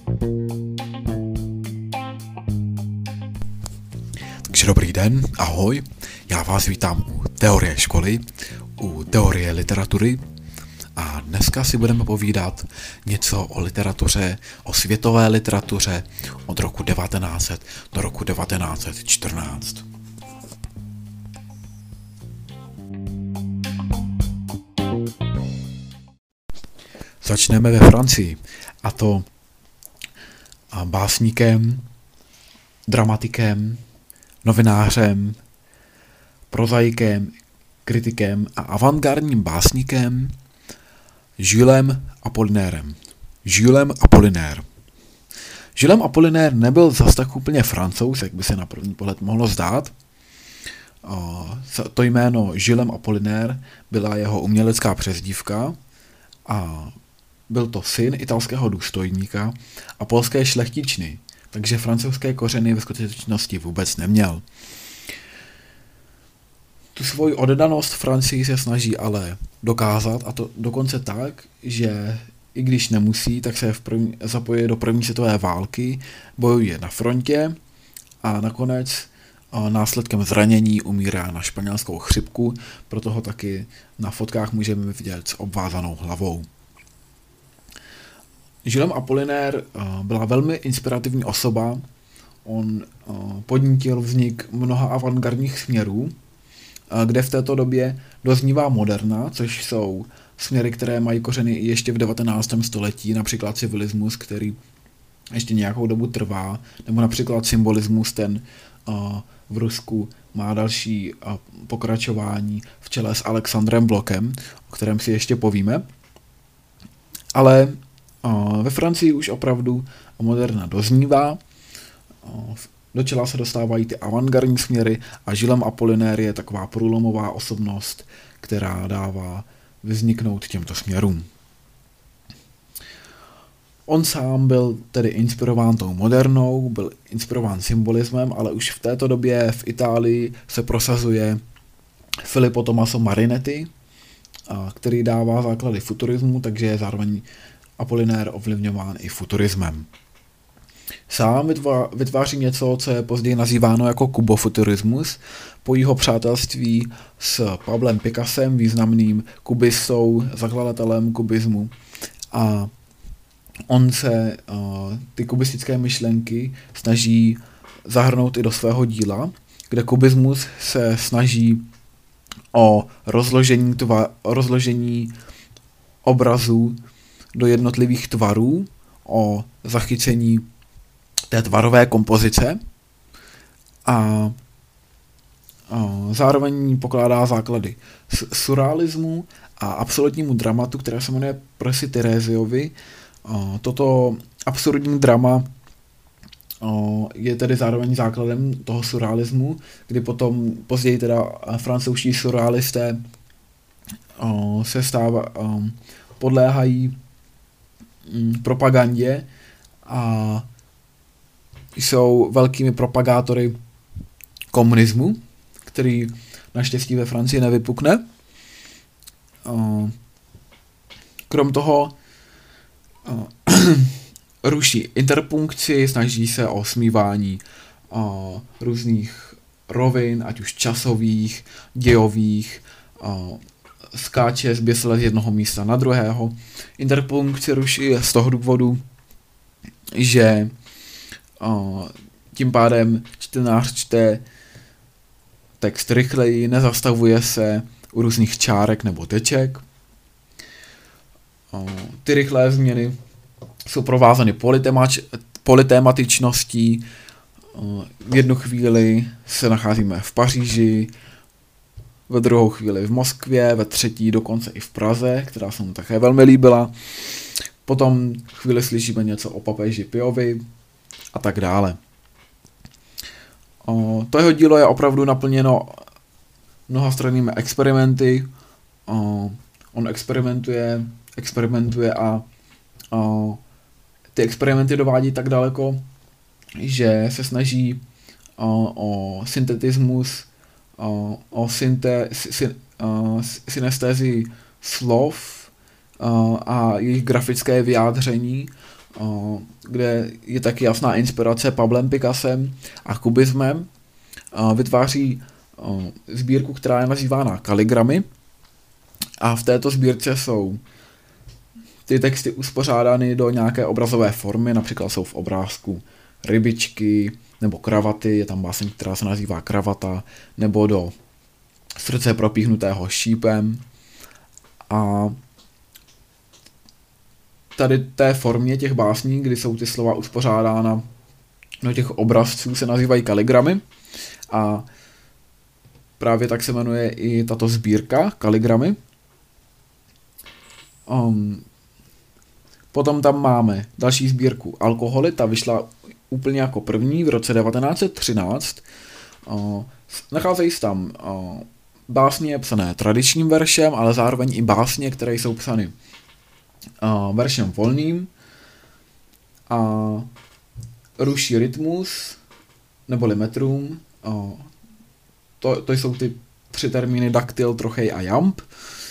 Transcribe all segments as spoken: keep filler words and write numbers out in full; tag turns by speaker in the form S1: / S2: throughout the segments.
S1: Takže dobrý den, ahoj, já vás vítám u Teorie školy, u Teorie literatury a dneska si budeme povídat něco o literatuře, o světové literatuře od roku devatenáct set do roku devatenáct set čtrnáct. Začneme ve Francii, a to básníkem, dramatikem, novinářem, prozaikem, kritikem a avantgardním básníkem Julesem Apollinairem. Julesem Apollinaire. Jules Apollinaire nebyl zas tak úplně Francouz, jak by se na první pohled mohlo zdát. To jméno Jules Apollinaire byla jeho umělecká přezdívka a byl to syn italského důstojníka a polské šlechtičny, takže francouzské kořeny ve skutečnosti vůbec neměl. Tu svoji oddanost Francii se snaží ale dokázat, a to dokonce tak, že i když nemusí, tak se v první, zapojí do první světové války, bojuje na frontě a nakonec a následkem zranění umírá na španělskou chřipku, proto ho taky na fotkách můžeme vidět s obvázanou hlavou. Jules Apollinaire byla velmi inspirativní osoba, on podnítil vznik mnoha avantgardních směrů, kde v této době doznívá moderna, což jsou směry, které mají kořeny ještě v devatenáctém století, například civilismus, který ještě nějakou dobu trvá, nebo například symbolismus, ten v Rusku má další pokračování v čele s Alexandrem Blokem, o kterém si ještě povíme. Ale ve Francii už opravdu moderna doznívá, do čela se dostávají ty avantgardní směry a Jules Apollinaire je taková průlomová osobnost, která dává vzniknout těmto směrům. On sám byl tedy inspirován tou modernou, byl inspirován symbolismem, ale už v této době v Itálii se prosazuje Filippo Tommaso Marinetti, který dává základy futurismu, takže je zároveň Apollinaire ovlivňován i futurismem. Sám vytváří něco, co je později nazýváno jako kubofuturismus, po jeho přátelství s Pablem Picassem, významným kubistou, zakladatelem kubismu. A on se uh, ty kubistické myšlenky snaží zahrnout i do svého díla, kde kubismus se snaží o rozložení, tva, rozložení obrazů do jednotlivých tvarů, o zachycení té tvarové kompozice a, a zároveň pokládá základy surrealismu a absolutnímu dramatu, které se jmenuje Presi Teréziovi. Toto absurdní drama je tedy zároveň základem toho surrealismu, kdy potom později teda francouzští surrealisté se stává, podléhají propagandě a jsou velkými propagátory komunismu, který naštěstí ve Francii nevypukne. Krom toho ruší interpunkci, snaží se o smívání různých rovin, ať už časových, dějových, skáče zběsile z jednoho místa na druhého. Interpunkci ruší z toho důvodu, že uh, tím pádem čtenář čte text rychleji, nezastavuje se u různých čárek nebo teček. Uh, ty rychlé změny jsou provázány politemač, politématičností. Uh, v jednu chvíli se nacházíme v Paříži, ve druhou chvíli v Moskvě, ve třetí dokonce i v Praze, která se mu také velmi líbila. Potom chvíli slyšíme něco o papeži Piovi a tak dále. O, to jeho dílo je opravdu naplněno mnohastrannými experimenty. O, on experimentuje, experimentuje a o, ty experimenty dovádí tak daleko, že se snaží o, o syntetismus, o, o synté, sy, o, synestézii slov o, a jejich grafické vyjádření kde je taky jasná inspirace Pablem Picassem a kubismem. Vytváří sbírku, která je nazývána Kaligramy, a v této sbírce jsou ty texty uspořádány do nějaké obrazové formy, například jsou v obrázku rybičky nebo kravaty, je tam báseň, která se nazývá Kravata, nebo do srdce propíchnutého šípem. A tady té formě těch básní, kdy jsou ty slova uspořádána do těch obrazců, se nazývají kaligramy. A právě tak se jmenuje i tato sbírka Kaligramy. Um, potom tam máme další sbírku Alkoholy, ta vyšla úplně jako první v roce devatenáct set třináct. Uh, nacházejí se tam uh, básně psané tradičním veršem, ale zároveň i básně, které jsou psány uh, veršem volným a ruší rytmus neboli metrum. Uh, to, to jsou ty tři termíny daktyl, trochej a jamb.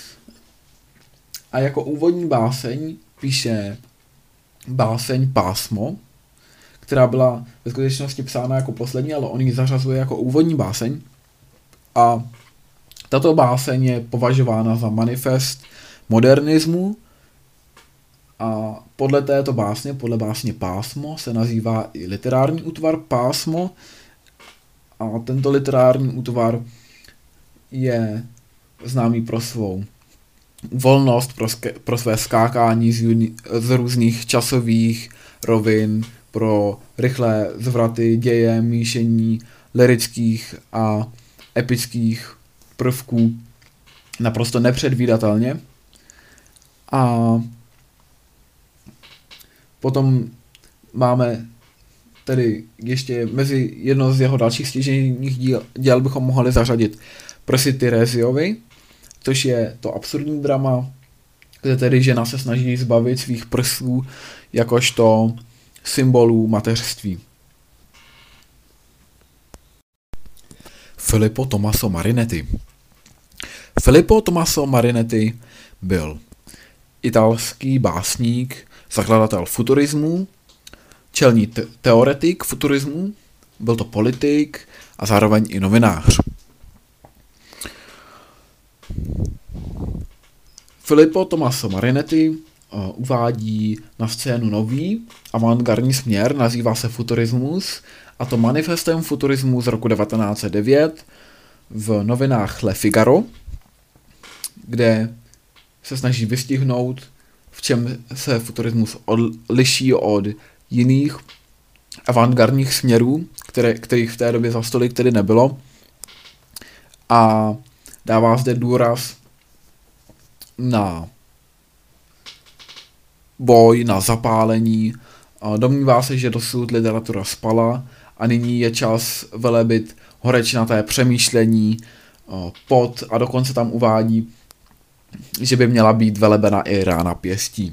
S1: A jako úvodní báseň píše báseň Pásmo, která byla ve skutečnosti psána jako poslední, ale on ji zařazuje jako úvodní báseň. A tato báseň je považována za manifest modernismu a podle této básně, podle básně Pásmo, se nazývá i literární útvar Pásmo. A tento literární útvar je známý pro svou volnost, pro, ske, pro své skákání z, juni, z různých časových rovin, pro rychlé zvraty děje, míšení lyrických a epických prvků naprosto nepředvídatelně. A potom máme tedy ještě mezi jedno z jeho dalších stěžejních díl, děl bychom mohli zařadit Prsy Tyréziovi, což je to absurdní drama, kde tedy žena se snaží zbavit svých prsů jakožto symbolů mateřství. Filippo Tommaso Marinetti. Filippo Tommaso Marinetti byl italský básník, zakladatel futurismu, čelní te- teoretik futurismu, byl to politik a zároveň i novinář. Filippo Tommaso Marinetti uh, uvádí na scénu nový avantgardní směr, nazývá se futurismus, a to manifestem futurismu z roku devatenáct set devět v novinách Le Figaro, kde se snaží vystihnout, v čem se futurismus od, liší od jiných avantgardních směrů, které, kterých v té době za stolik tedy nebylo. A dává zde důraz na boj, na zapálení. Domnívá se, že dosud literatura spala a nyní je čas velebit horečnaté přemýšlení, pot, a dokonce tam uvádí, že by měla být velebena i rána pěstí.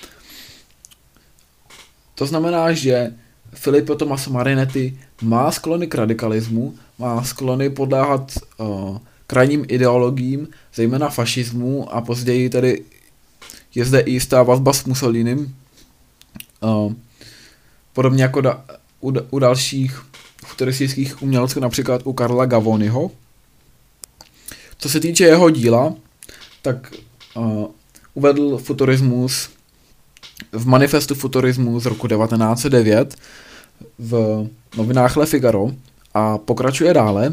S1: To znamená, že Filippo Tommaso Marinetti má sklony k radikalismu, má sklony podléhat uh, krajním ideologiím, zejména fašismu, a později tedy je zde i jistá vazba s Mussolinem. Uh, podobně jako da, u, u dalších futuristických umělců, například u Karla Gavoniho. Co se týče jeho díla, tak uh, uvedl futurismus v manifestu futurismu z roku devatenáct set devět v novinách Le Figaro a pokračuje dále.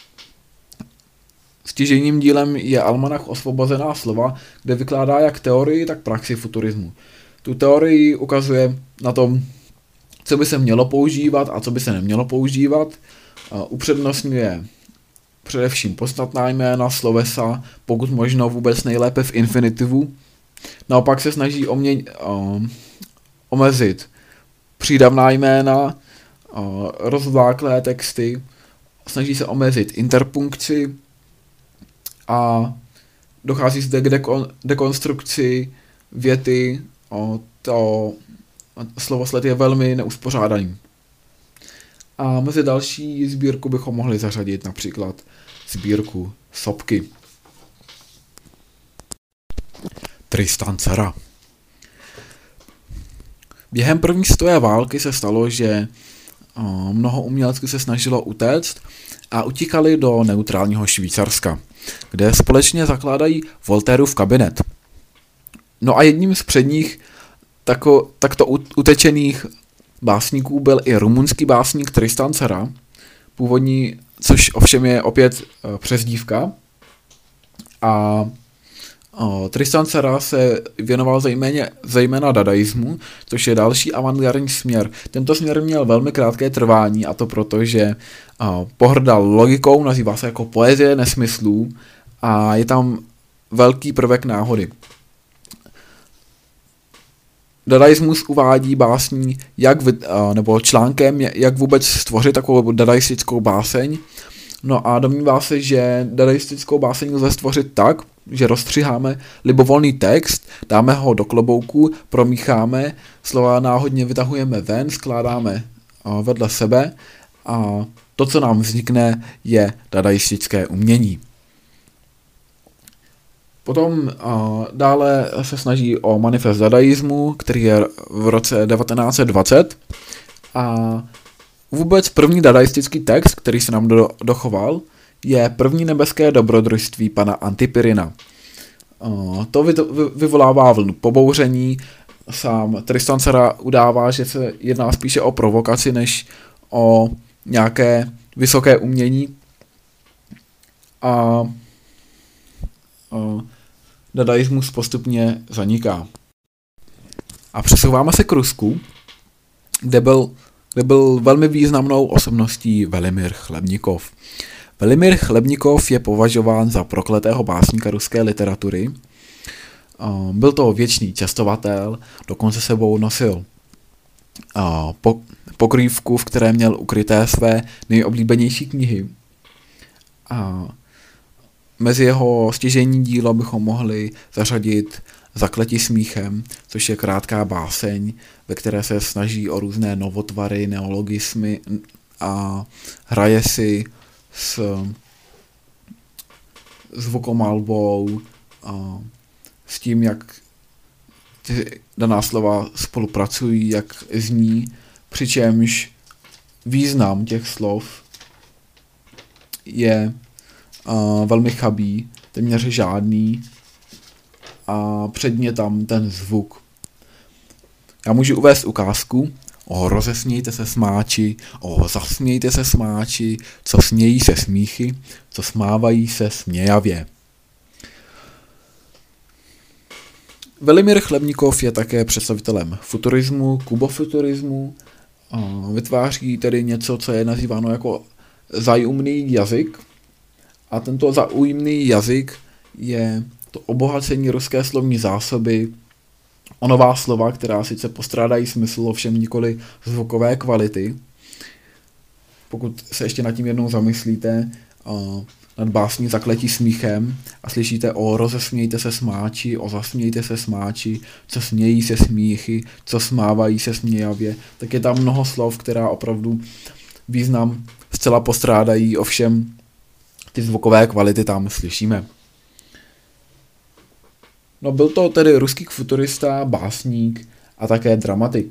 S1: Stěžejním dílem je Almanach Osvobozená slova, kde vykládá jak teorii, tak praxi futurismu. Tu teorii ukazuje na tom, co by se mělo používat a co by se nemělo používat. Upřednostňuje především podstatná jména, slovesa, pokud možno vůbec nejlépe v infinitivu. Naopak se snaží omě, um, omezit přídavná jména, uh, rozvláklé texty, snaží se omezit interpunkci a dochází zde k dekon, dekonstrukci věty. O, to slovosled je velmi neuspořádaný. A mezi další sbírku bychom mohli zařadit například sbírku Sopky. Tristan Tzara. Během první světové války se stalo, že mnoho umělců se snažilo utéct a utíkali do neutrálního Švýcarska, kde společně zakládají Voltairův kabinet. No a jedním z předních tako, takto utečených básníků byl i rumunský básník Tristan Tzara, původní, což ovšem je opět přezdívka. A o, Tristan Tzara se věnoval zejména, zejména dadaismu, což je další avantgardní směr. Tento směr měl velmi krátké trvání, a to proto, že o, pohrdal logikou, nazývá se jako poezie nesmyslů a je tam velký prvek náhody. Dadaismus uvádí básní, jak v, nebo článkem, jak vůbec stvořit takovou dadaistickou báseň. No a domnívá se, že dadaistickou báseň lze stvořit tak, že rozstřiháme libovolný text, dáme ho do klobouku, promícháme, slova náhodně vytahujeme ven, skládáme vedle sebe a to, co nám vznikne, je dadaistické umění. Potom uh, dále se snaží o manifest dadaismu, který je v roce devatenáct set dvacet a vůbec první dadaistický text, který se nám do, dochoval, je První nebeské dobrodružství pana Antipyrina. Uh, to vy, vy, vyvolává vlnu pobouření, sám Tristan Tzara udává, že se jedná spíše o provokaci, než o nějaké vysoké umění a uh, dadaismus postupně zaniká. A přesouváme se k Rusku, kde byl, kde byl velmi významnou osobností Velimir Chlebnikov. Velimir Chlebnikov je považován za prokletého básníka ruské literatury. Byl to věčný cestovatel, dokonce sebou nosil pokrývku, v které měl ukryté své nejoblíbenější knihy. A mezi jeho stěžejní dílo bychom mohli zařadit Zakleti smíchem, což je krátká báseň, ve které se snaží o různé novotvary, neologismy a hraje si s zvukomalbou a s tím, jak ty daná slova spolupracují, jak zní, přičemž význam těch slov je Uh, velmi chabý, téměř žádný a předně tam ten zvuk. Já můžu uvést ukázku. O, rozesmějte se smáči, o, zasmějte se smáči, co smějí se smíchy, co smávají se smějavě. Velimir Chlebnikov je také představitelem futurismu, kubofuturismu, uh, vytváří tedy něco, co je nazýváno jako zájumný jazyk. A tento zaujemný jazyk je to obohacení ruské slovní zásoby o nová slova, která sice postrádají smysl, ovšem nikoli zvukové kvality. Pokud se ještě nad tím jednou zamyslíte, uh, nad básní Zakletí smíchem a slyšíte o rozesmějte se smáči, o zasmějte se smáči, co smějí se smíchy, co smávají se smějavě, tak je tam mnoho slov, která opravdu význam zcela postrádají, ovšem ty zvukové kvality tam slyšíme. No, byl to tedy ruský futurista, básník a také dramatik.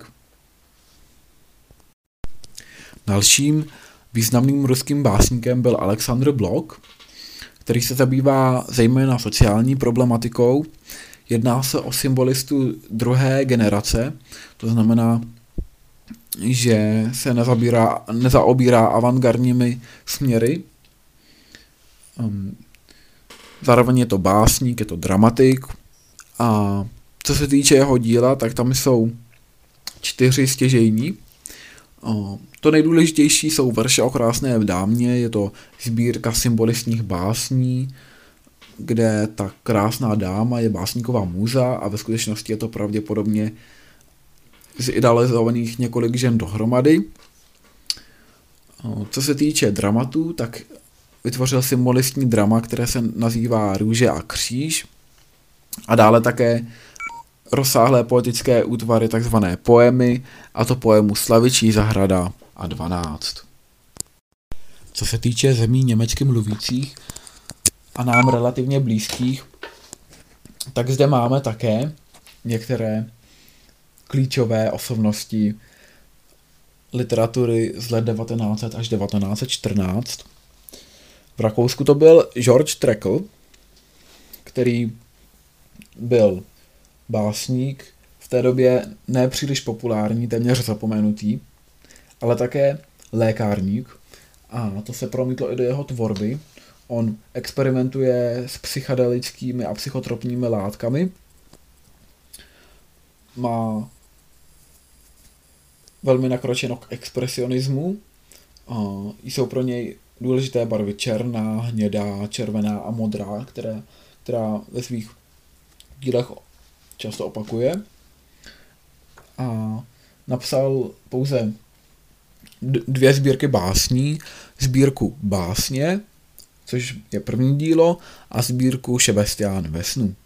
S1: Dalším významným ruským básníkem byl Alexandr Blok, který se zabývá zejména sociální problematikou. Jedná se o symbolistu druhé generace, to znamená, že se nezabírá, nezaobírá avantgardními směry. Um, zároveň je to básník, je to dramatik a co se týče jeho díla, tak tam jsou čtyři stěžejní. Uh, to nejdůležitější jsou verše o krásné dámě, je to sbírka symbolistních básní, kde ta krásná dáma je básníková muza a ve skutečnosti je to pravděpodobně zidealizovaných několik žen dohromady. Uh, co se týče dramatů, tak vytvořil symbolistní drama, které se nazývá Růže a kříž a dále také rozsáhlé poetické útvary, takzvané poemy, a to poemu Slavičí zahrada a dvanáct. Co se týče zemí německy mluvících a nám relativně blízkých, tak zde máme také některé klíčové osobnosti literatury z let devatenáct set až devatenáct set čtrnáct. V Rakousku to byl George Trakl, který byl básník, v té době nepříliš populární, téměř zapomenutý, ale také lékárník, a to se promítlo i do jeho tvorby. On experimentuje s psychedelickými a psychotropními látkami, má velmi nakročeno k expresionismu, jsou pro něj důležité barvy černá, hnědá, červená a modrá, které, která ve svých dílech často opakuje. A napsal pouze dvě sbírky básní, sbírku Básně, což je první dílo, a sbírku Šebestián ve snu.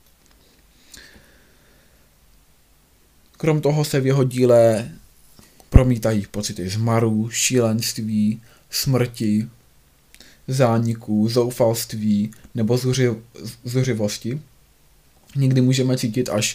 S1: Krom toho se v jeho díle promítají pocity zmaru, šílenství, smrti, zániku, zoufalství nebo zuři, zuřivosti. Někdy můžeme cítit až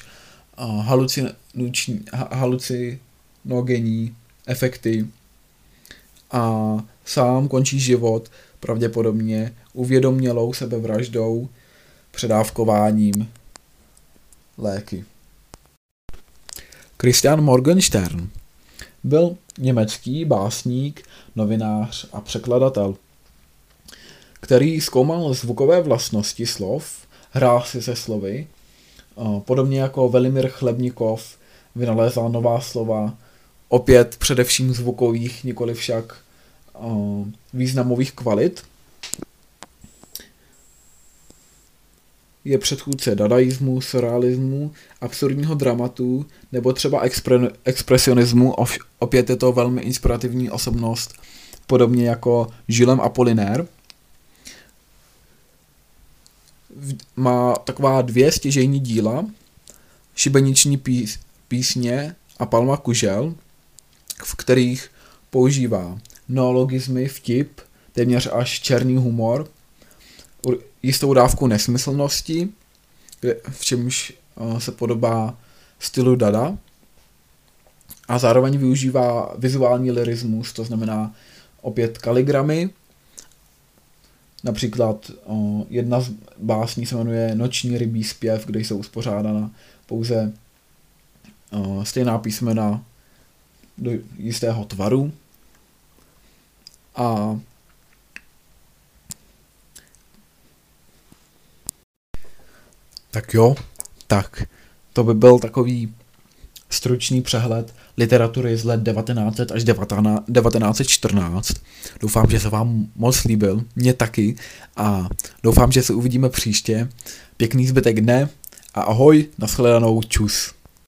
S1: halucinogenní efekty a sám končí život pravděpodobně uvědomělou sebevraždou, předávkováním léky. Christian Morgenstern byl německý básník, novinář a překladatel, který zkoumal zvukové vlastnosti slov, hrál si se slovy, podobně jako Velimir Chlebnikov vynalézal nová slova, opět především zvukových, nikoli však významových kvalit. Je předchůdce dadaismu, surrealismu, absurdního dramatu nebo třeba expre- expresionismu. Opět je to velmi inspirativní osobnost, podobně jako Gilles Apollinaire. Má taková dvě stěžejní díla, Šibeniční pís- písně a Palma kužel, v kterých používá neologismy, vtip, téměř až černý humor, jistou dávku nesmyslnosti, v čemž se podobá stylu Dada, a zároveň využívá vizuální lyrismus, to znamená opět kaligramy. Například jedna z básní se jmenuje Noční rybí zpěv, kde jsou uspořádána pouze stejná písmena do jistého tvaru. A tak jo, tak to by byl takový stručný přehled literatury z let devatenáct set až devatenáct set čtrnáct. Doufám, že se vám moc líbil, mě taky, a doufám, že se uvidíme příště. Pěkný zbytek dne a ahoj, nashledanou, čus.